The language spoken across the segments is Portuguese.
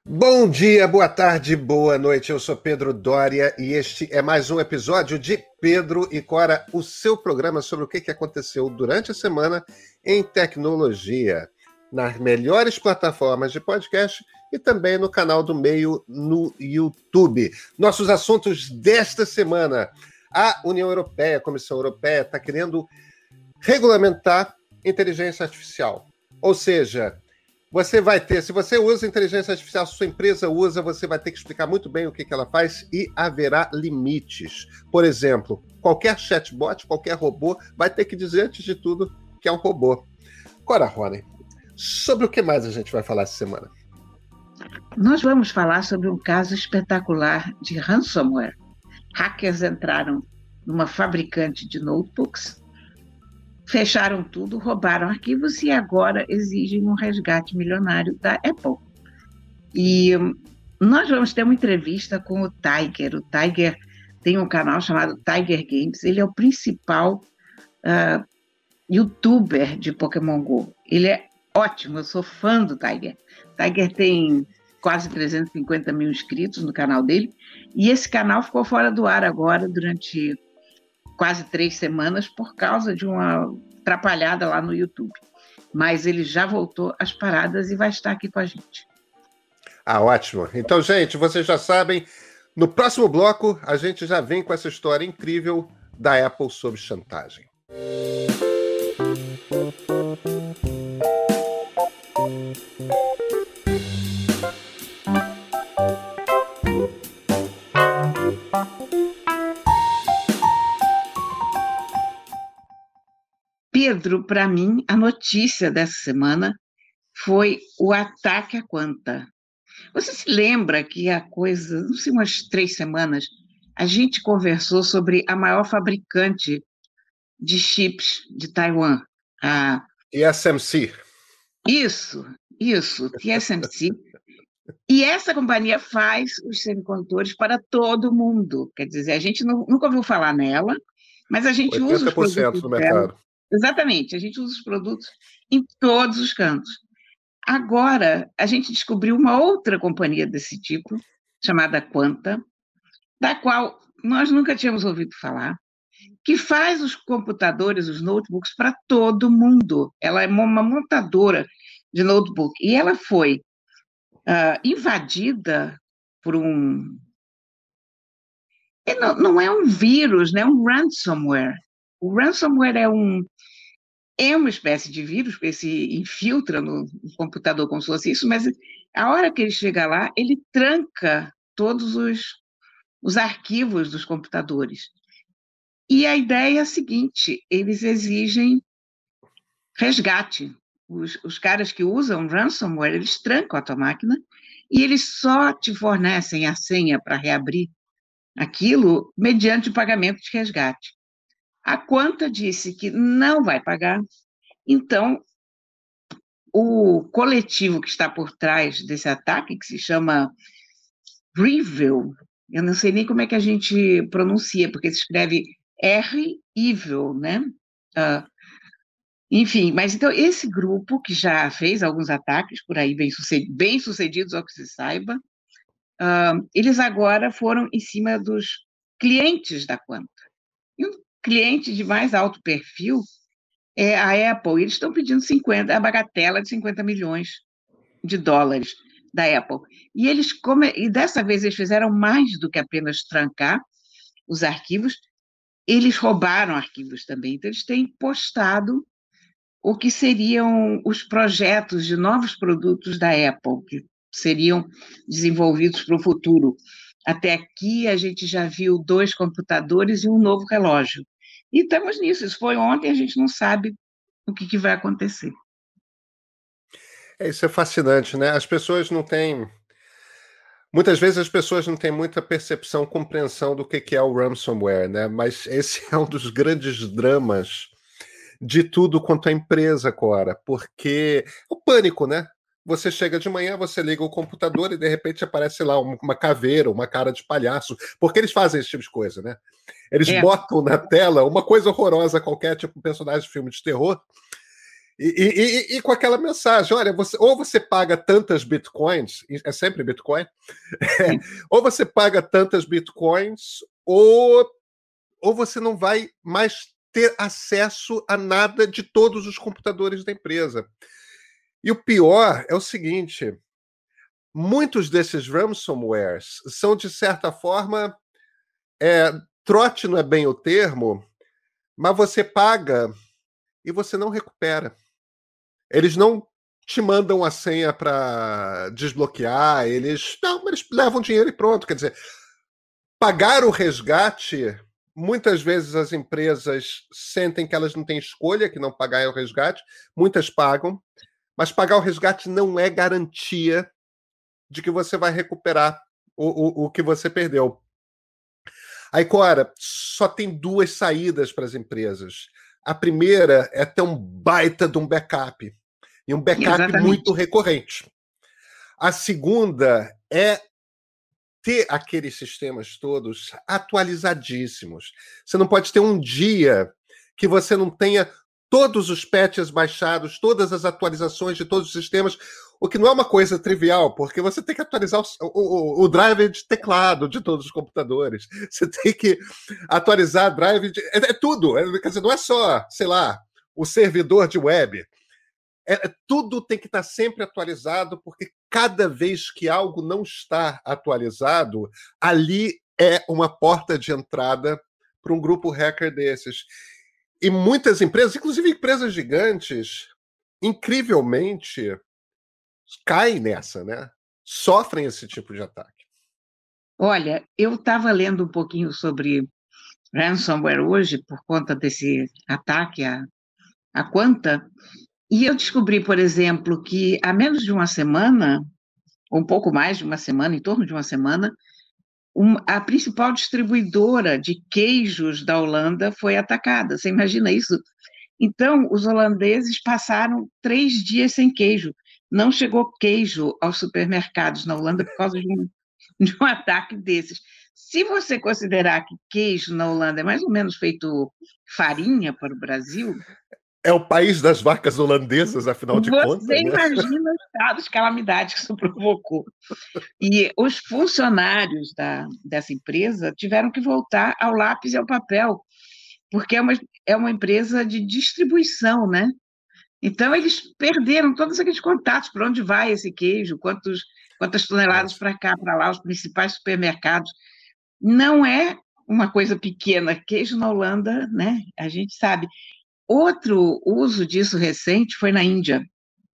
Bom dia, boa tarde, boa noite. Eu sou Pedro Doria e este é mais um episódio de Pedro e Cora, o seu programa sobre o que aconteceu durante a semana em tecnologia, nas melhores plataformas de podcast e também no canal do Meio no YouTube. Nossos assuntos desta semana: a União Europeia, a Comissão Europeia, está querendo regulamentar inteligência artificial, ou seja, você vai ter, se você usa inteligência artificial, se sua empresa usa, você vai ter que explicar muito bem o que ela faz e haverá limites. Por exemplo, qualquer chatbot, qualquer robô, vai ter que dizer, antes de tudo, que é um robô. Cora Rony, sobre o que mais a gente vai falar essa semana? Nós vamos falar sobre um caso espetacular de ransomware. Hackers entraram numa fabricante de notebooks, fecharam tudo, roubaram arquivos e agora exigem um resgate milionário da Apple. E nós vamos ter uma entrevista com o Tiger. O Tiger tem um canal chamado Tiger Games. Ele é o principal youtuber de Pokémon Go. Ele é ótimo, eu sou fã do Tiger. O Tiger tem quase 350 mil inscritos no canal dele, e esse canal ficou fora do ar agora durante quase 3 semanas por causa de uma atrapalhada lá no YouTube. Mas ele já voltou às paradas e vai estar aqui com a gente. Ah, ótimo. Então, gente, vocês já sabem, no próximo bloco a gente já vem com essa história incrível da Apple sob chantagem. Pedro, para mim, a notícia dessa semana foi o ataque à Quanta. Você se lembra que há não sei, umas 3 semanas, a gente conversou sobre a maior fabricante de chips de Taiwan, a TSMC. Isso, TSMC. E essa companhia faz os semicondutores para todo mundo. Quer dizer, a gente nunca ouviu falar nela, mas a gente usa os produtos do mercado. dela. Exatamente, a gente usa os produtos em todos os cantos. Agora, a gente descobriu uma outra companhia desse tipo, chamada Quanta, da qual nós nunca tínhamos ouvido falar, que faz os computadores, os notebooks, para todo mundo. Ela é uma montadora de notebook. E ela foi invadida por um... Não é um vírus, né? É um ransomware. O ransomware é uma espécie de vírus, porque se infiltra no computador como se fosse isso, mas a hora que ele chega lá, ele tranca todos os arquivos dos computadores. E a ideia é a seguinte: eles exigem resgate. Os caras que usam ransomware, eles trancam a tua máquina e eles só te fornecem a senha para reabrir aquilo mediante o pagamento de resgate. A Quanta disse que não vai pagar, então o coletivo que está por trás desse ataque, que se chama REvil, eu não sei nem como é que a gente pronuncia, porque se escreve R-Evil, né? Enfim, mas então esse grupo que já fez alguns ataques por aí bem sucedidos, ao que se saiba, eles agora foram em cima dos clientes da Quanta. E um cliente de mais alto perfil é a Apple. Eles estão pedindo a bagatela de 50 milhões de dólares da Apple. E dessa vez eles fizeram mais do que apenas trancar os arquivos, eles roubaram arquivos também. Então eles têm postado o que seriam os projetos de novos produtos da Apple, que seriam desenvolvidos para o futuro. Até aqui a gente já viu 2 computadores e um novo relógio. E estamos nisso, isso foi ontem, a gente não sabe o que vai acontecer. Isso é fascinante, né? As pessoas não têm... Muitas vezes as pessoas não têm muita percepção, compreensão do que é o ransomware, né? Mas esse é um dos grandes dramas de tudo quanto é empresa, Cora, porque o pânico, né? Você chega de manhã, você liga o computador e de repente aparece lá uma caveira, uma cara de palhaço, porque eles fazem esse tipo de coisa, né? Eles botam na tela uma coisa horrorosa qualquer, tipo um personagem de filme de terror, E com aquela mensagem, olha, ou você paga tantas bitcoins, é sempre bitcoin, ou você paga tantas bitcoins, ou você não vai mais ter acesso a nada de todos os computadores da empresa. E o pior é o seguinte, muitos desses ransomwares são, de certa forma, trote não é bem o termo, mas você paga e você não recupera. Eles não te mandam a senha para desbloquear, eles levam dinheiro e pronto. Quer dizer, pagar o resgate, muitas vezes as empresas sentem que elas não têm escolha, que não pagar o resgate, muitas pagam, mas pagar o resgate não é garantia de que você vai recuperar o que você perdeu. Aí, Cora, só tem duas saídas para as empresas. A primeira é ter um baita de um backup. E um backup muito recorrente. A segunda é ter aqueles sistemas todos atualizadíssimos. Você não pode ter um dia que você não tenha todos os patches baixados, todas as atualizações de todos os sistemas, o que não é uma coisa trivial, porque você tem que atualizar o driver de teclado de todos os computadores. Você tem que atualizar drive de... É tudo. Quer dizer, não é só, sei lá, o servidor de web. Tudo tem que estar sempre atualizado, porque cada vez que algo não está atualizado, ali é uma porta de entrada para um grupo hacker desses. E muitas empresas, inclusive empresas gigantes, incrivelmente caem nessa, né? Sofrem esse tipo de ataque. Olha, eu estava lendo um pouquinho sobre ransomware hoje, por conta desse ataque à Quanta, e eu descobri, por exemplo, que há menos de uma semana, ou um pouco mais de uma semana, em torno de uma semana, a principal distribuidora de queijos da Holanda foi atacada. Você imagina isso? Então, os holandeses passaram 3 dias sem queijo. Não chegou queijo aos supermercados na Holanda por causa de um ataque desses. Se você considerar que queijo na Holanda é mais ou menos feito farinha para o Brasil... É o país das vacas holandesas, afinal de contas. Você imagina o estado de calamidade que isso provocou. E os funcionários dessa empresa tiveram que voltar ao lápis e ao papel, porque é uma empresa de distribuição, né? Então, eles perderam todos aqueles contatos, para onde vai esse queijo, quantas toneladas para cá, para lá, os principais supermercados. Não é uma coisa pequena. Queijo na Holanda, né? A gente sabe. Outro uso disso recente foi na Índia.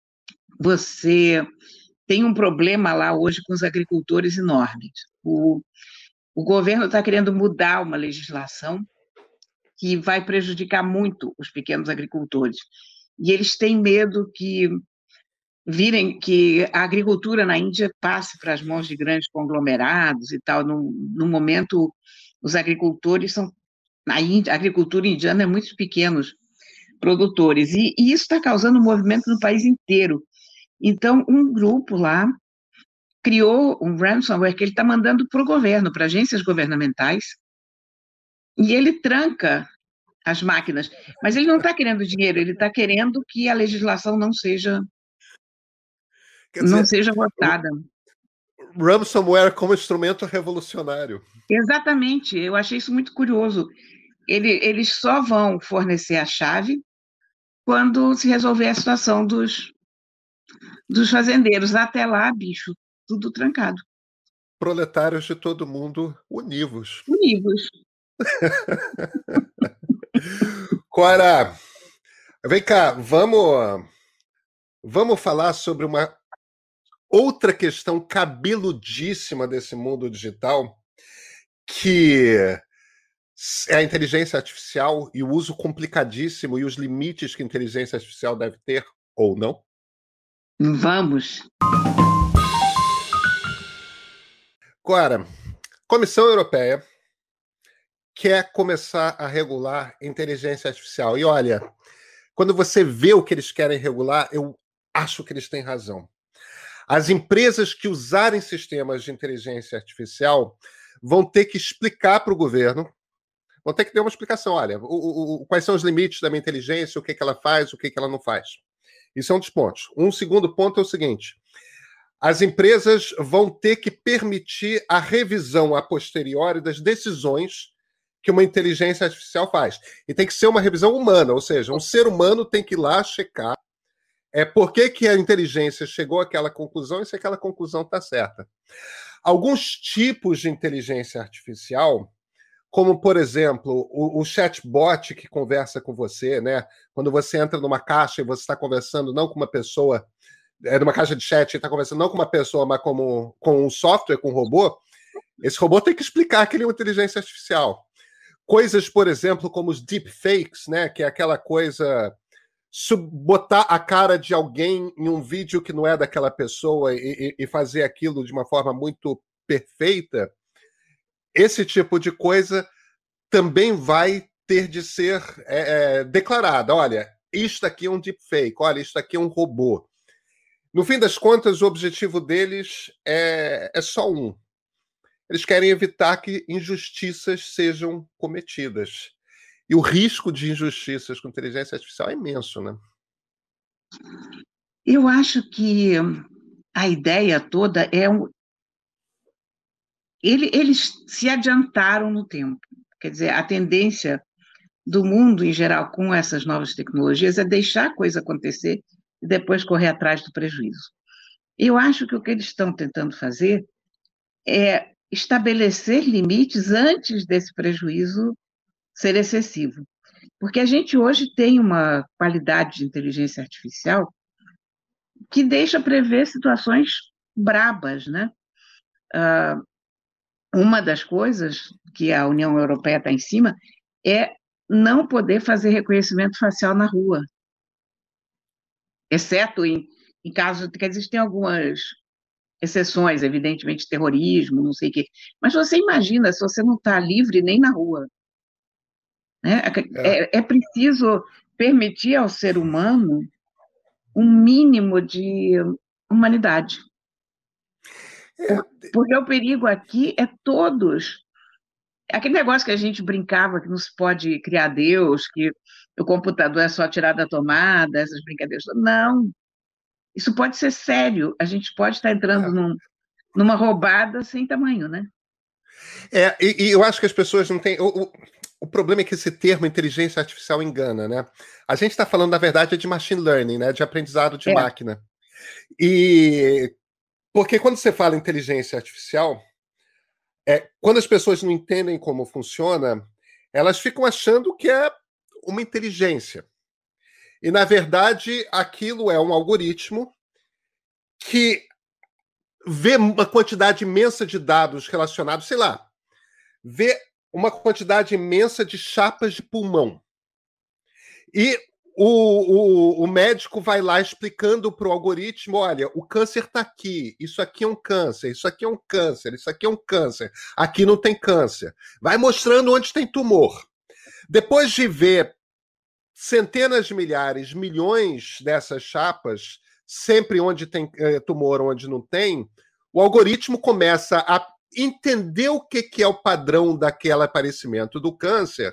Você tem um problema lá hoje com os agricultores enormes. O governo está querendo mudar uma legislação que vai prejudicar muito os pequenos agricultores. E eles têm medo que a agricultura na Índia passe para as mãos de grandes conglomerados e tal. No momento, os agricultores são... A agricultura indiana é muito pequenos produtores, e isso está causando um movimento no país inteiro. Então, um grupo lá criou um ransomware que ele está mandando para o governo, para agências governamentais, e ele tranca as máquinas. Mas ele não está querendo dinheiro, ele está querendo que a legislação não seja votada. Ransomware como instrumento revolucionário. Exatamente, eu achei isso muito curioso. Eles só vão fornecer a chave quando se resolver a situação dos fazendeiros. Até lá, bicho, tudo trancado. Proletários de todo mundo univos. Univos. Cora, vem cá, vamos falar sobre uma outra questão cabeludíssima desse mundo digital, que é a inteligência artificial e o uso complicadíssimo e os limites que a inteligência artificial deve ter, ou não? Vamos. Cora, Comissão Europeia quer começar a regular inteligência artificial. E olha, quando você vê o que eles querem regular, eu acho que eles têm razão. As empresas que usarem sistemas de inteligência artificial vão ter que explicar para o governo, vão ter que ter uma explicação. Olha, quais são os limites da minha inteligência, o que ela faz, o que ela não faz. Isso é um dos pontos. Um segundo ponto é o seguinte: as empresas vão ter que permitir a revisão a posteriori das decisões que uma inteligência artificial faz. E tem que ser uma revisão humana, ou seja, um ser humano tem que ir lá checar por que a inteligência chegou àquela conclusão e se aquela conclusão está certa. Alguns tipos de inteligência artificial, como, por exemplo, o chatbot que conversa com você, né? Quando você entra numa caixa e você está conversando não com uma pessoa, numa caixa de chat e está conversando não com uma pessoa, mas com um software, com um robô, esse robô tem que explicar que ele é uma inteligência artificial. Coisas, por exemplo, como os deepfakes, né? Que é aquela coisa... botar a cara de alguém em um vídeo que não é daquela pessoa e fazer aquilo de uma forma muito perfeita, esse tipo de coisa também vai ter de ser declarada. Olha, isto aqui é um deepfake, olha, isto aqui é um robô. No fim das contas, o objetivo deles é só um. Eles querem evitar que injustiças sejam cometidas. E o risco de injustiças com inteligência artificial é imenso, né? Eu acho que a ideia toda é eles se adiantaram no tempo. Quer dizer, a tendência do mundo em geral com essas novas tecnologias é deixar a coisa acontecer e depois correr atrás do prejuízo. Eu acho que o que eles estão tentando fazer é estabelecer limites antes desse prejuízo ser excessivo. Porque a gente hoje tem uma qualidade de inteligência artificial que deixa prever situações brabas, né? Uma das coisas que a União Europeia está em cima é não poder fazer reconhecimento facial na rua, exceto em casos que existem algumas exceções, evidentemente terrorismo, não sei o quê. Mas você imagina se você não está livre nem na rua, né? É preciso permitir ao ser humano um mínimo de humanidade. Porque o perigo aqui é todos. Aquele negócio que a gente brincava, que não se pode criar Deus, que o computador é só tirar da tomada, essas brincadeiras. Não, isso pode ser sério. A gente pode estar entrando numa roubada sem tamanho, né? E eu acho que as pessoas não têm... O problema é que esse termo inteligência artificial engana, né? A gente está falando, na verdade, de machine learning, né? De aprendizado de máquina. E porque quando você fala inteligência artificial, quando as pessoas não entendem como funciona, elas ficam achando que é uma inteligência. E, na verdade, aquilo é um algoritmo que vê uma quantidade imensa de dados relacionados, sei lá, vê uma quantidade imensa de chapas de pulmão. E o médico vai lá explicando para o algoritmo, olha, o câncer está aqui, isso aqui é um câncer, isso aqui é um câncer, isso aqui é um câncer, aqui não tem câncer. Vai mostrando onde tem tumor. Depois de ver centenas de milhares, milhões dessas chapas, sempre onde tem tumor, onde não tem, o algoritmo começa a entender o que é o padrão daquele aparecimento do câncer.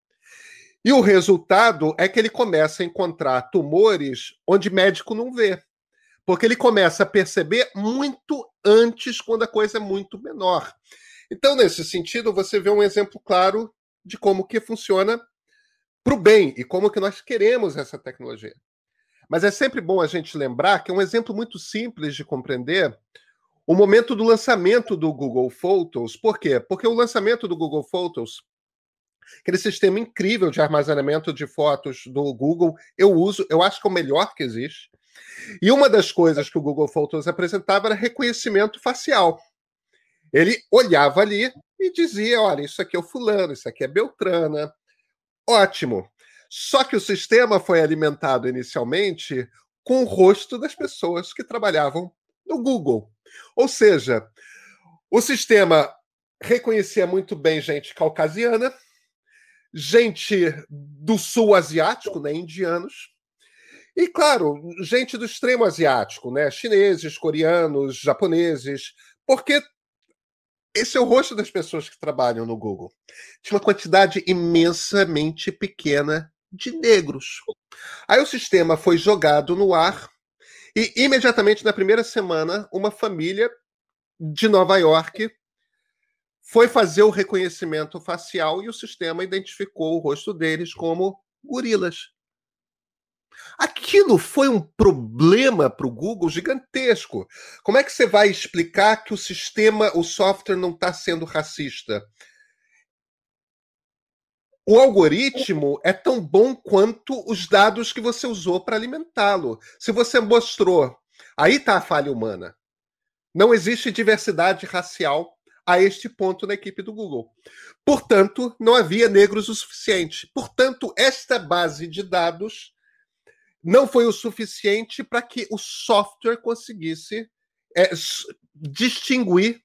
E o resultado é que ele começa a encontrar tumores onde médico não vê. Porque ele começa a perceber muito antes, quando a coisa é muito menor. Então, nesse sentido, você vê um exemplo claro de como que funciona para o bem e como que nós queremos essa tecnologia. Mas é sempre bom a gente lembrar que é um exemplo muito simples de compreender o momento do lançamento do Google Photos. Por quê? Porque o lançamento do Google Photos, aquele sistema incrível de armazenamento de fotos do Google, eu uso, eu acho que é o melhor que existe. E uma das coisas que o Google Photos apresentava era reconhecimento facial. Ele olhava ali e dizia, olha, isso aqui é o fulano, isso aqui é Beltrana. Ótimo. Só que o sistema foi alimentado inicialmente com o rosto das pessoas que trabalhavam no Google. Ou seja, o sistema reconhecia muito bem gente caucasiana, gente do sul asiático, né, indianos, e, claro, gente do extremo asiático, né, chineses, coreanos, japoneses, porque esse é o rosto das pessoas que trabalham no Google. Tinha uma quantidade imensamente pequena de negros. Aí o sistema foi jogado no ar e imediatamente na primeira semana uma família de Nova York foi fazer o reconhecimento facial e o sistema identificou o rosto deles como gorilas. Aquilo foi um problema para o Google gigantesco. Como é que você vai explicar que o sistema, o software não está sendo racista? O algoritmo é tão bom quanto os dados que você usou para alimentá-lo. Se você mostrou, aí está a falha humana. Não existe diversidade racial a este ponto na equipe do Google. Portanto, não havia negros o suficiente. Portanto, esta base de dados não foi o suficiente para que o software conseguisse distinguir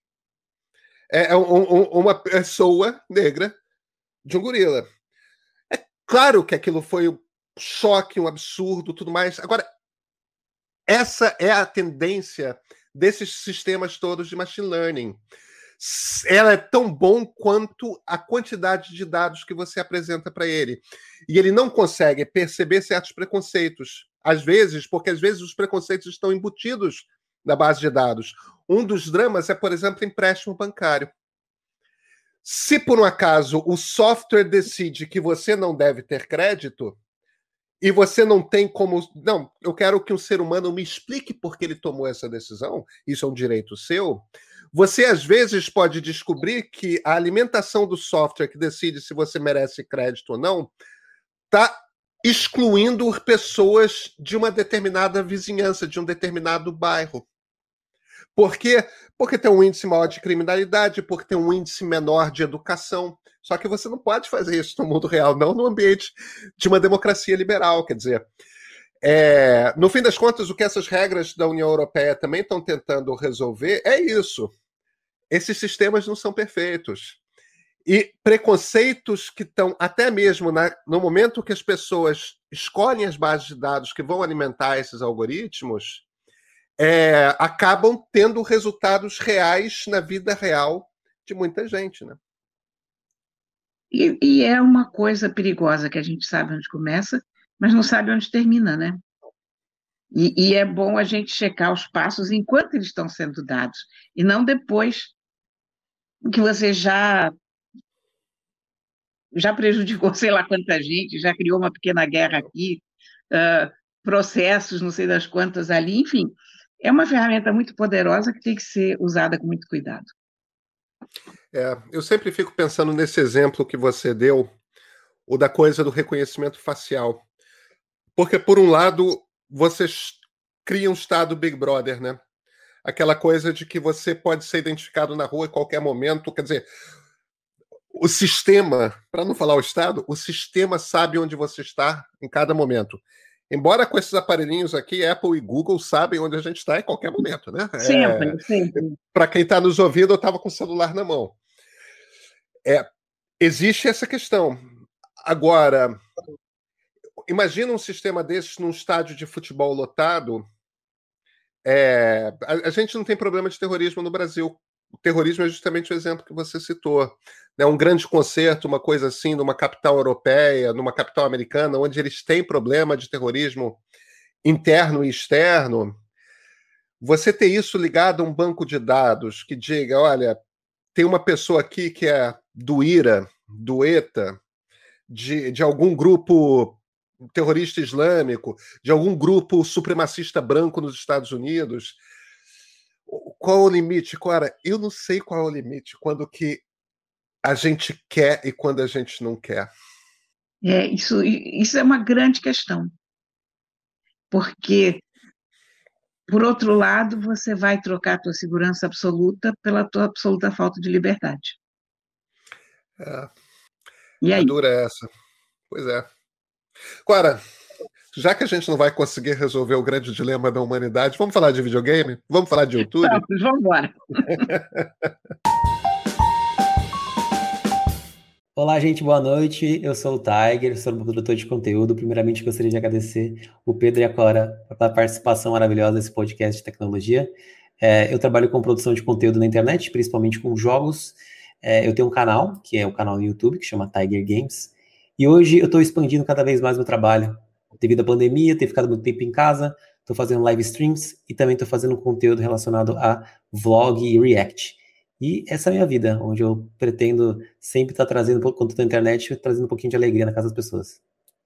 uma pessoa negra de um gorila. É claro que aquilo foi um choque, um absurdo, tudo mais. Agora, essa é a tendência desses sistemas todos de machine learning. Ela é tão bom quanto a quantidade de dados que você apresenta para ele. E ele não consegue perceber certos preconceitos. Às vezes, porque às vezes os preconceitos estão embutidos na base de dados. Um dos dramas é, por exemplo, empréstimo bancário. Se por um acaso o software decide que você não deve ter crédito, e você não tem como... Não, eu quero que um ser humano me explique por que ele tomou essa decisão, isso é um direito seu. Você, às vezes, pode descobrir que a alimentação do software que decide se você merece crédito ou não está excluindo pessoas de uma determinada vizinhança, de um determinado bairro. Por quê? Porque tem um índice maior de criminalidade, porque tem um índice menor de educação. Só que você não pode fazer isso no mundo real, não no ambiente de uma democracia liberal. Quer dizer, no fim das contas, o que essas regras da União Europeia também estão tentando resolver é isso. Esses sistemas não são perfeitos. E preconceitos que estão, até mesmo no momento que as pessoas escolhem as bases de dados que vão alimentar esses algoritmos, acabam tendo resultados reais na vida real de muita gente, né? E é uma coisa perigosa que a gente sabe onde começa, mas não sabe onde termina, né? E é bom a gente checar os passos enquanto eles estão sendo dados, e não depois que você já prejudicou sei lá quanta gente, já criou uma pequena guerra aqui, processos, não sei das quantas ali, enfim. É uma ferramenta muito poderosa que tem que ser usada com muito cuidado. Eu sempre fico pensando nesse exemplo que você deu, o da coisa do reconhecimento facial. Porque, por um lado, vocês criam um estado Big Brother, né? Aquela coisa de que você pode ser identificado na rua em qualquer momento. Quer dizer, o sistema, para não falar o Estado, o sistema sabe onde você está em cada momento. Embora com esses aparelhinhos aqui, Apple e Google sabem onde a gente está em qualquer momento, né? Sempre. Para quem está nos ouvindo, eu estava com o celular na mão. Existe essa questão. Agora, imagina um sistema desses num estádio de futebol lotado. A gente não tem problema de terrorismo no Brasil. O terrorismo é justamente o exemplo que você citou. Um grande concerto, uma coisa assim, numa capital europeia, numa capital americana, onde eles têm problema de terrorismo interno e externo. Você ter isso ligado a um banco de dados que diga, olha, tem uma pessoa aqui que é do IRA, do ETA, de algum grupo terrorista islâmico, de algum grupo supremacista branco nos Estados Unidos. Qual é o limite? Cara, eu não sei qual é o limite quando que a gente quer e quando a gente não quer. Isso é uma grande questão. Porque, por outro lado, você vai trocar a tua segurança absoluta pela tua absoluta falta de liberdade. E aí? A dura é essa. Pois é. Clara, já que a gente não vai conseguir resolver o grande dilema da humanidade, vamos falar de videogame? Vamos falar de YouTube? Vamos embora. Olá, gente, boa noite. Eu sou o Tiger, sou produtor de conteúdo. Primeiramente, gostaria de agradecer o Pedro e a Clara pela participação maravilhosa nesse podcast de tecnologia. Eu trabalho com produção de conteúdo na internet, principalmente com jogos. Eu tenho um canal, que é o canal no YouTube, que chama Tiger Games. E hoje eu estou expandindo cada vez mais meu trabalho. Devido à pandemia, ter ficado muito tempo em casa, estou fazendo live streams e também estou fazendo conteúdo relacionado a vlog e react. E essa é a minha vida, onde eu pretendo sempre estar trazendo conteúdo da internet, trazendo um pouquinho de alegria na casa das pessoas.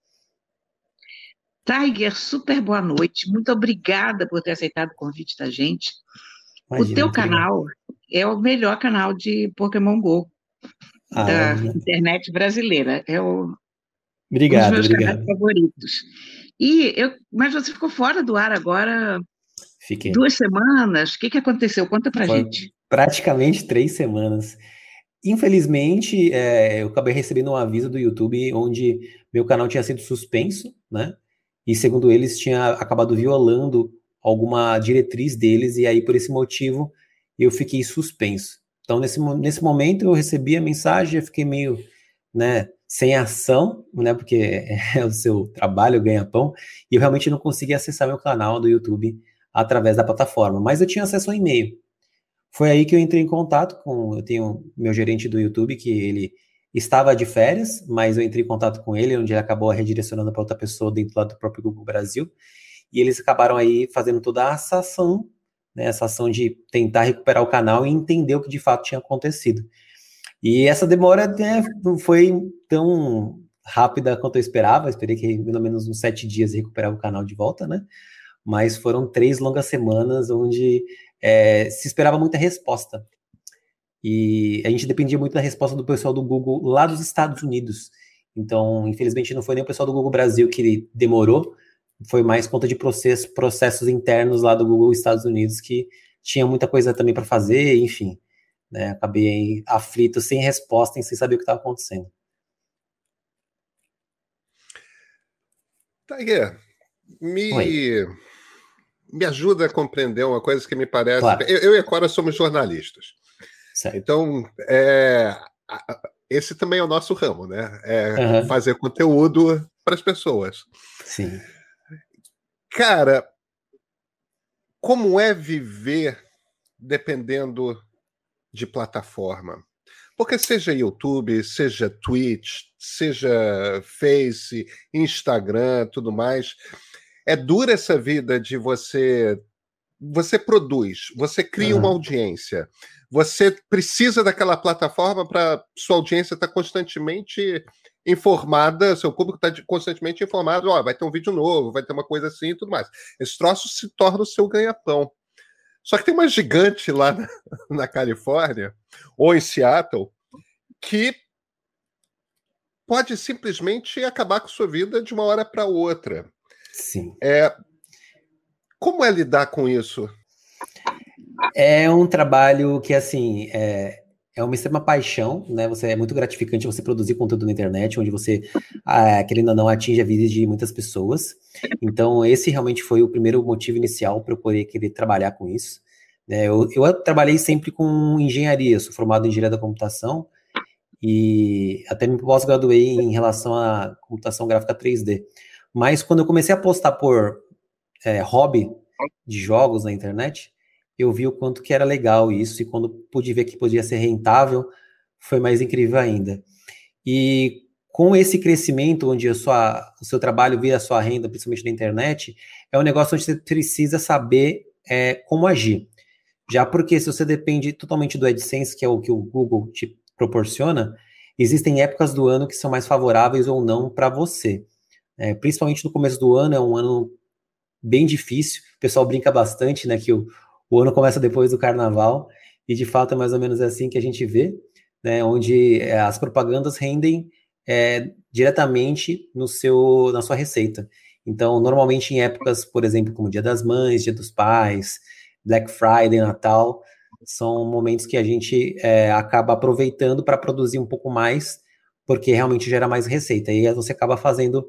Tiger, super boa noite. Muito obrigada por ter aceitado o convite da gente. Imagina, O teu muito obrigado. canal é o melhor canal de Pokémon Go da internet brasileira. É um dos meus canais Obrigado. favoritos. Mas você ficou fora do ar agora Fiquei. 2 semanas. O que aconteceu? Conta pra Foi gente. praticamente 3 semanas. Infelizmente, eu acabei recebendo um aviso do YouTube onde meu canal tinha sido suspenso, né? E segundo eles, tinha acabado violando alguma diretriz deles, e aí por esse motivo eu fiquei suspenso. Então, nesse momento, eu recebi a mensagem, eu fiquei meio, né, sem ação, né? Porque é o seu trabalho, ganha-pão, e eu realmente não consegui acessar meu canal do YouTube através da plataforma, mas eu tinha acesso ao e-mail. Foi aí que eu entrei em contato eu tenho meu gerente do YouTube, que ele estava de férias, mas eu entrei em contato com ele, onde ele acabou redirecionando para outra pessoa dentro lá do próprio Google Brasil, e eles acabaram aí fazendo toda essa ação, né, essa ação de tentar recuperar o canal e entender o que de fato tinha acontecido. E essa demora, né, não foi tão rápida quanto eu esperei que pelo menos uns 7 dias recuperar o canal de volta, né? Mas foram 3 longas semanas onde se esperava muita resposta. E a gente dependia muito da resposta do pessoal do Google lá dos Estados Unidos. Então, infelizmente, não foi nem o pessoal do Google Brasil que demorou, foi mais conta de processos internos lá do Google Estados Unidos, que tinha muita coisa também para fazer, enfim. Né, acabei aflito, sem resposta e sem saber o que estava acontecendo. Tiger, me ajuda a compreender uma coisa que me parece... Claro. Eu e a Cora somos jornalistas. Certo. Então, esse também é o nosso ramo, né? Fazer conteúdo para as pessoas. Sim. Cara, como é viver dependendo de plataforma? Porque seja YouTube, seja Twitch, seja Face, Instagram, tudo mais, é dura essa vida de você produz, você cria uma audiência, você precisa daquela plataforma para sua audiência estar constantemente informada, seu público está constantemente informado, vai ter um vídeo novo, vai ter uma coisa assim e tudo mais. Esse troço se torna o seu ganha-pão. Só que tem uma gigante lá na Califórnia, ou em Seattle, que pode simplesmente acabar com sua vida de uma hora para outra. Sim. Como é lidar com isso? É um trabalho que, assim, é uma extrema paixão, né? É muito gratificante você produzir conteúdo na internet, onde você, querendo ou não, atinge a vida de muitas pessoas. Então, esse realmente foi o primeiro motivo inicial para eu poder querer trabalhar com isso. Eu trabalhei sempre com engenharia, sou formado em engenharia da computação e até me pós-graduei em relação à computação gráfica 3D. Mas quando eu comecei a postar por hobby de jogos na internet, eu vi o quanto que era legal isso, e quando pude ver que podia ser rentável, foi mais incrível ainda. E com esse crescimento, onde o seu trabalho vira a sua renda, principalmente na internet, é um negócio onde você precisa saber como agir. Já porque se você depende totalmente do AdSense, que é o que o Google te proporciona, existem épocas do ano que são mais favoráveis ou não para você. Principalmente no começo do ano, é um ano bem difícil, o pessoal brinca bastante, né, que o ano começa depois do carnaval, e de fato é mais ou menos assim que a gente vê, né, onde as propagandas rendem diretamente na sua receita. Então, normalmente em épocas, por exemplo, como Dia das Mães, Dia dos Pais, Black Friday, Natal, são momentos que a gente acaba aproveitando para produzir um pouco mais, porque realmente gera mais receita, e aí você acaba fazendo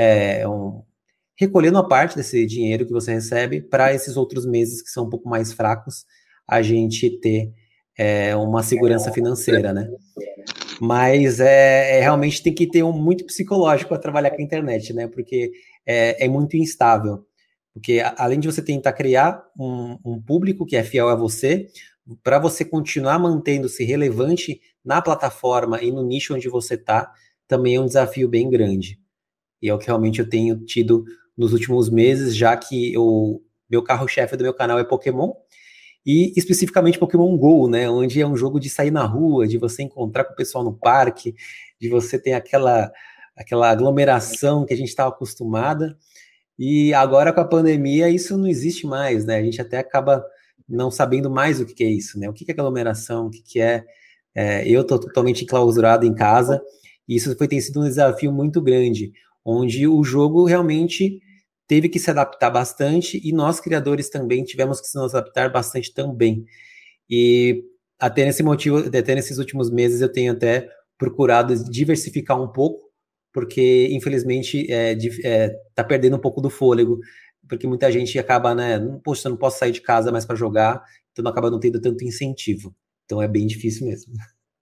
recolhendo a parte desse dinheiro que você recebe para esses outros meses que são um pouco mais fracos, a gente ter uma segurança financeira, né? Mas realmente tem que ter muito psicológico para trabalhar com a internet, né? Porque é muito instável. Porque além de você tentar criar um público que é fiel a você, para você continuar mantendo-se relevante na plataforma e no nicho onde você está, também é um desafio bem grande. E é o que realmente eu tenho tido nos últimos meses, já que o meu carro-chefe do meu canal é Pokémon, e especificamente Pokémon GO, né, onde é um jogo de sair na rua, de você encontrar com o pessoal no parque, de você ter aquela aglomeração que a gente estava acostumada, e agora com a pandemia isso não existe mais, né, a gente até acaba não sabendo mais o que é isso, né, o que é aglomeração, o que é, eu estou totalmente enclausurado em casa, e isso tem sido um desafio muito grande, onde o jogo realmente teve que se adaptar bastante e nós, criadores, também tivemos que nos adaptar bastante também. E até nesse motivo, até nesses últimos meses, eu tenho até procurado diversificar um pouco, porque, infelizmente, tá perdendo um pouco do fôlego, porque muita gente acaba, né, poxa, eu não posso sair de casa mais para jogar, então acaba não tendo tanto incentivo. Então é bem difícil mesmo.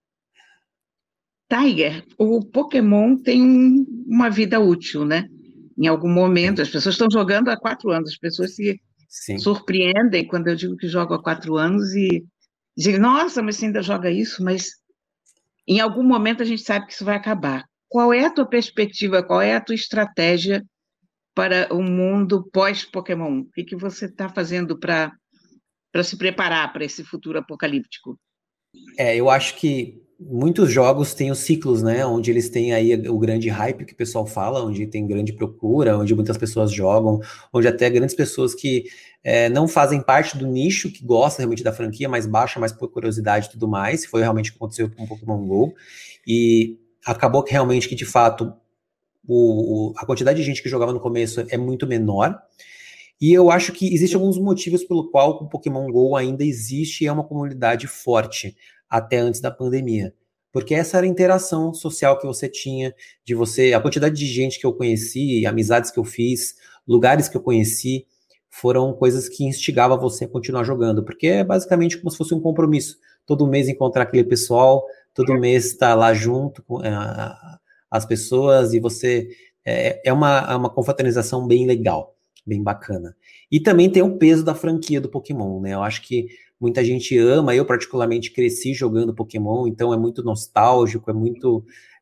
Tiger, o Pokémon tem uma vida útil, né? Em algum momento, as pessoas estão jogando há 4 anos, as pessoas se Sim. surpreendem quando eu digo que jogo há 4 anos e dizem, nossa, mas você ainda joga isso? Mas em algum momento a gente sabe que isso vai acabar. Qual é a tua perspectiva, qual é a tua estratégia para o mundo pós-Pokémon? O que você está fazendo para se preparar para esse futuro apocalíptico? Eu acho que muitos jogos têm os ciclos, né? Onde eles têm aí o grande hype que o pessoal fala, onde tem grande procura, onde muitas pessoas jogam, onde até grandes pessoas que não fazem parte do nicho, que gostam realmente da franquia, mas baixa mais por curiosidade e tudo mais. Foi realmente o que aconteceu com o Pokémon GO. E acabou que realmente que, de fato, a quantidade de gente que jogava no começo é muito menor. E eu acho que existem alguns motivos pelo qual o Pokémon GO ainda existe e é uma comunidade forte até antes da pandemia. Porque essa era a interação social que você tinha, de você, a quantidade de gente que eu conheci, amizades que eu fiz, lugares que eu conheci, foram coisas que instigavam você a continuar jogando, porque é basicamente como se fosse um compromisso. Todo mês encontrar aquele pessoal, todo mês estar lá junto com as pessoas, e você... É uma confraternização bem legal, bem bacana. E também tem o peso da franquia do Pokémon, né? Eu acho que muita gente ama, eu particularmente cresci jogando Pokémon, então é muito nostálgico, é muito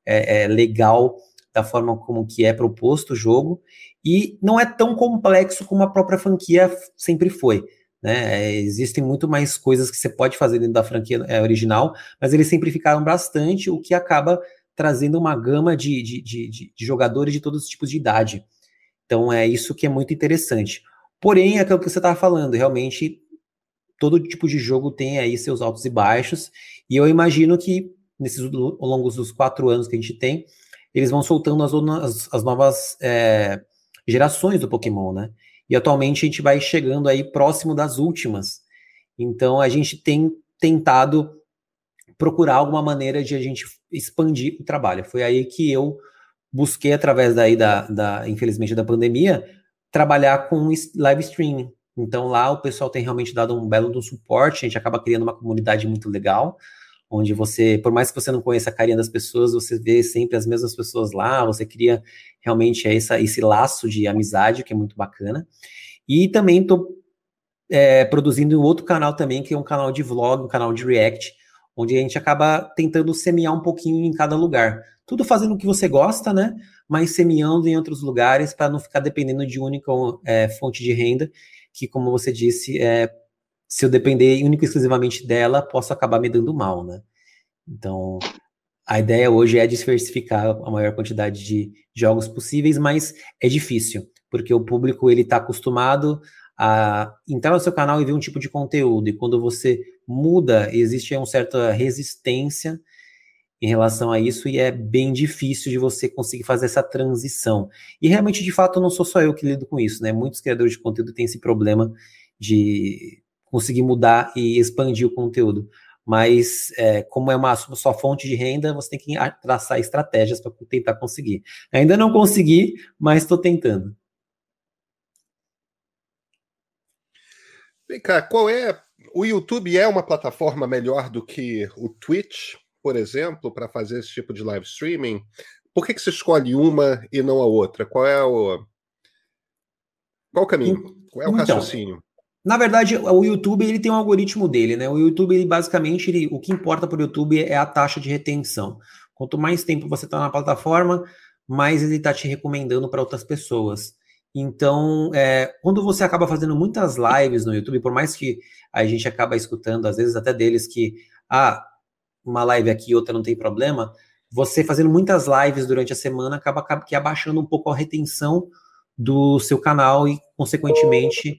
legal da forma como que é proposto o jogo, e não é tão complexo como a própria franquia sempre foi, né? Existem muito mais coisas que você pode fazer dentro da franquia original, mas eles simplificaram bastante, o que acaba trazendo uma gama de jogadores de todos os tipos de idade. Então é isso que é muito interessante. Porém, é aquilo que você estava falando, realmente todo tipo de jogo tem aí seus altos e baixos, e eu imagino que ao longo dos 4 anos que a gente tem, eles vão soltando as novas gerações do Pokémon, né? E atualmente a gente vai chegando aí próximo das últimas. Então a gente tem tentado procurar alguma maneira de a gente expandir o trabalho. Foi aí que eu busquei, através daí infelizmente, da pandemia, trabalhar com live streaming. Então lá o pessoal tem realmente dado um belo suporte, a gente acaba criando uma comunidade muito legal, onde você, por mais que você não conheça a carinha das pessoas, você vê sempre as mesmas pessoas lá, você cria realmente esse laço de amizade, que é muito bacana. E também estou produzindo um outro canal também, que é um canal de vlog, um canal de react, onde a gente acaba tentando semear um pouquinho em cada lugar. Tudo fazendo o que você gosta, né? Mas semeando em outros lugares para não ficar dependendo de única fonte de renda, que, como você disse, se eu depender única e exclusivamente dela, posso acabar me dando mal, né? Então, a ideia hoje é diversificar a maior quantidade de jogos possíveis, mas é difícil, porque o público ele está acostumado a entrar no seu canal e ver um tipo de conteúdo, e quando você muda, existe uma certa resistência em relação a isso, e é bem difícil de você conseguir fazer essa transição. E realmente, de fato, não sou só eu que lido com isso, né? Muitos criadores de conteúdo têm esse problema de conseguir mudar e expandir o conteúdo. Mas, como é uma só fonte de renda, você tem que traçar estratégias para tentar conseguir. Ainda não consegui, mas estou tentando. Vem cá, o YouTube é uma plataforma melhor do que o Twitch, por exemplo, para fazer esse tipo de live streaming? Por que você escolhe uma e não a outra? Qual o caminho? Qual é o raciocínio? Na verdade, o YouTube ele tem um algoritmo dele, né? O YouTube, basicamente, o que importa para o YouTube é a taxa de retenção. Quanto mais tempo você está na plataforma, mais ele está te recomendando para outras pessoas. Então, quando você acaba fazendo muitas lives no YouTube, por mais que a gente acaba escutando, às vezes até deles que, uma live aqui, outra não tem problema, você fazendo muitas lives durante a semana acaba que abaixando um pouco a retenção do seu canal e, consequentemente,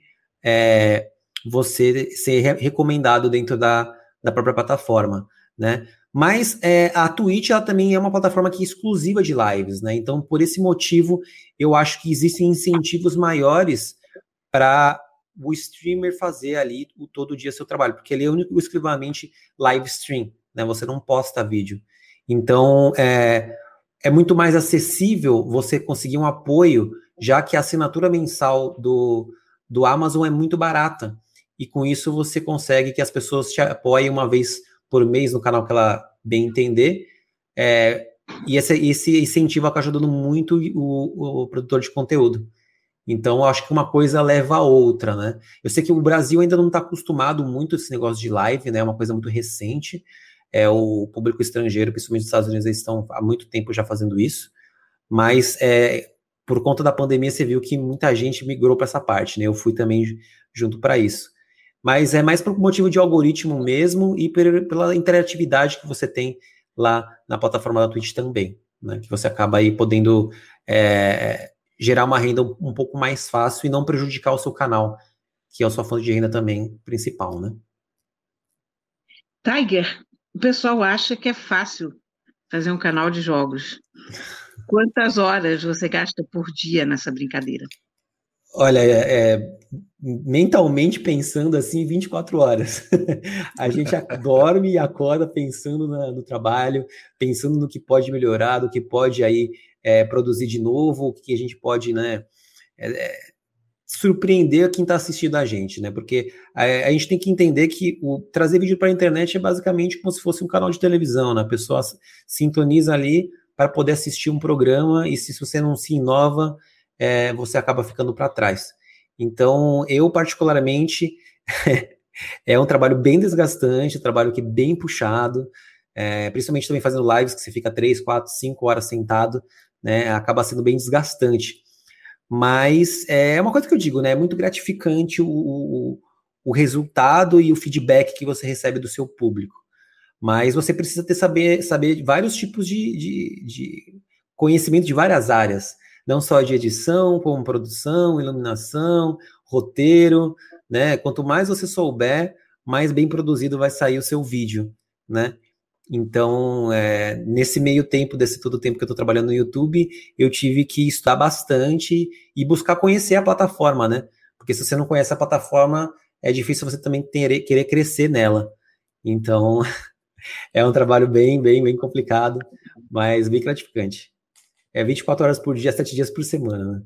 você ser recomendado dentro da própria plataforma, né? Mas a Twitch, ela também é uma plataforma que é exclusiva de lives, né? Então, por esse motivo, eu acho que existem incentivos maiores para o streamer fazer ali todo dia seu trabalho, porque ele é único exclusivamente live stream, né? Você não posta vídeo. Então, é muito mais acessível você conseguir um apoio, já que a assinatura mensal do Amazon é muito barata. E com isso você consegue que as pessoas te apoiem uma vez por mês no canal que ela bem entender, e esse incentivo acaba ajudando muito o produtor de conteúdo. Então, eu acho que uma coisa leva a outra, né? Eu sei que o Brasil ainda não está acostumado muito a esse negócio de live, né? É uma coisa muito recente. O público estrangeiro, principalmente nos Estados Unidos, eles estão há muito tempo já fazendo isso, mas por conta da pandemia, você viu que muita gente migrou para essa parte, né? Eu fui também junto para isso. Mas é mais por motivo de algoritmo mesmo e pela interatividade que você tem lá na plataforma da Twitch também, né? Que você acaba aí podendo gerar uma renda um pouco mais fácil e não prejudicar o seu canal, que é a sua fonte de renda também principal, né? Tiger, o pessoal acha que é fácil fazer um canal de jogos. Quantas horas você gasta por dia nessa brincadeira? Olha, mentalmente pensando assim, 24 horas. A gente dorme e acorda pensando no trabalho, pensando no que pode melhorar, do que pode aí produzir de novo, o que a gente pode, né, surpreender quem está assistindo a gente, né? Porque a gente tem que entender que trazer vídeo para a internet é basicamente como se fosse um canal de televisão, né? A pessoa sintoniza ali para poder assistir um programa e se você não se inova, você acaba ficando para trás. Então, eu particularmente, é um trabalho bem desgastante, um trabalho que é bem puxado, principalmente também fazendo lives que você fica 3, 4, 5 horas sentado, né? Acaba sendo bem desgastante. Mas é uma coisa que eu digo, né? É muito gratificante o resultado e o feedback que você recebe do seu público. Mas você precisa saber vários tipos de conhecimento de várias áreas, não só de edição, como produção, iluminação, roteiro, né? Quanto mais você souber, mais bem produzido vai sair o seu vídeo, né? Então, nesse meio tempo, todo o tempo que eu estou trabalhando no YouTube, eu tive que estudar bastante e buscar conhecer a plataforma, né? Porque se você não conhece a plataforma, é difícil você também querer crescer nela. Então, é um trabalho bem, bem, bem complicado, mas bem gratificante. 24 horas por dia, 7 dias por semana, né?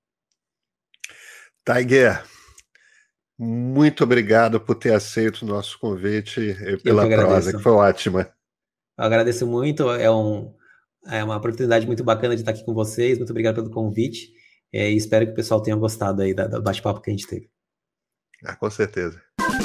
Tiger, muito obrigado por ter aceito o nosso convite e pela prosa, que foi ótima. Eu agradeço muito, é uma oportunidade muito bacana de estar aqui com vocês, muito obrigado pelo convite, e espero que o pessoal tenha gostado aí do bate-papo que a gente teve. Com certeza.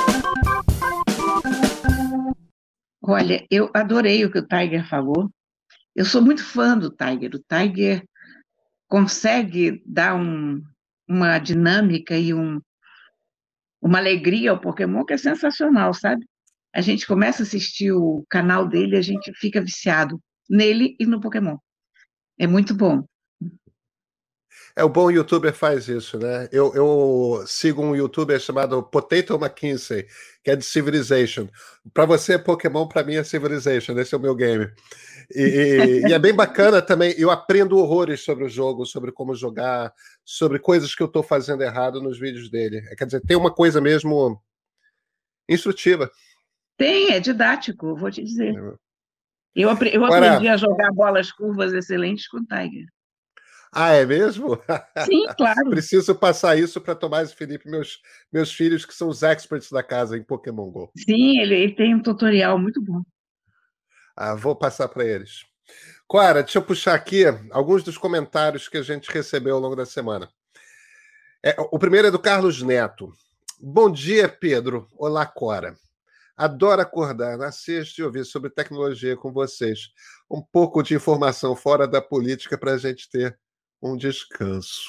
Olha, eu adorei o que o Tiger falou. Eu sou muito fã do Tiger. O Tiger consegue dar uma dinâmica e uma alegria ao Pokémon que é sensacional, sabe? A gente começa a assistir o canal dele, a gente fica viciado nele e no Pokémon. É muito bom. O bom youtuber faz isso, né? Eu sigo um youtuber chamado Potato McKinsey, que é de Civilization. Para você, Pokémon, para mim é Civilization, esse é o meu game. E é bem bacana também, eu aprendo horrores sobre o jogo, sobre como jogar, sobre coisas que eu estou fazendo errado nos vídeos dele. Quer dizer, tem uma coisa mesmo instrutiva. Tem, é didático, vou te dizer. Eu aprendi a jogar bolas curvas excelentes com o Tiger. É mesmo? Sim, claro. Preciso passar isso para Tomás e Felipe, meus filhos, que são os experts da casa em Pokémon GO. Sim, ele tem um tutorial muito bom. Vou passar para eles. Cora, deixa eu puxar aqui alguns dos comentários que a gente recebeu ao longo da semana. O primeiro é do Carlos Neto. Bom dia, Pedro. Olá, Cora. Adoro acordar na sexta e ouvir sobre tecnologia com vocês. Um pouco de informação fora da política para a gente ter um descanso.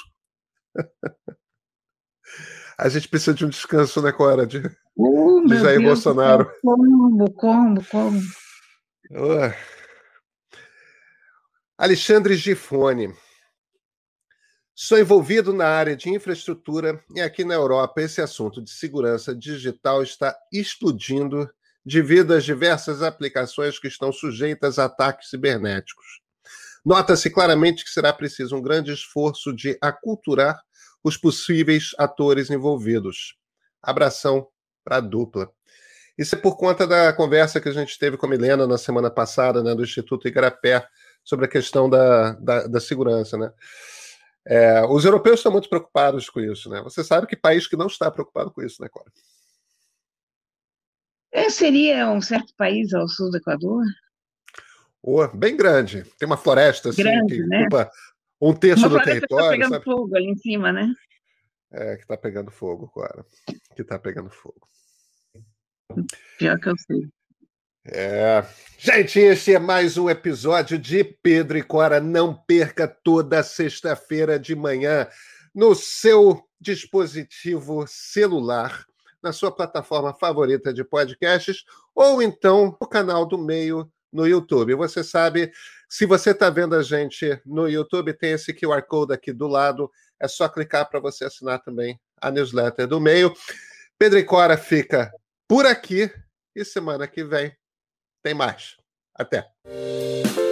A gente precisa de um descanso, né, Cora? De Jair Deus, Bolsonaro. Como? Alexandre Gifone. Sou envolvido na área de infraestrutura e aqui na Europa esse assunto de segurança digital está explodindo devido às diversas aplicações que estão sujeitas a ataques cibernéticos. Nota-se claramente que será preciso um grande esforço de aculturar os possíveis atores envolvidos. Abração para a dupla. Isso é por conta da conversa que a gente teve com a Milena na semana passada, né, do Instituto Igarapé, sobre a questão da segurança, né? Os europeus estão muito preocupados com isso, né? Você sabe que país que não está preocupado com isso, né, Cora? Seria um certo país ao sul do Equador? Bem grande. Tem uma floresta assim, grande, que né? ocupa um terço do território. Uma floresta que está pegando sabe? fogo ali em cima, né? Que está pegando fogo, Cora. Que está pegando fogo. Pior que eu sei. Gente, este é mais um episódio de Pedro e Cora. Não perca toda sexta-feira de manhã no seu dispositivo celular, na sua plataforma favorita de podcasts, ou então no canal do Meio no YouTube. Você sabe, se você está vendo a gente no YouTube, tem esse QR Code aqui do lado. É só clicar para você assinar também a newsletter do Meio. Pedro e Cora fica por aqui e semana que vem tem mais. Até.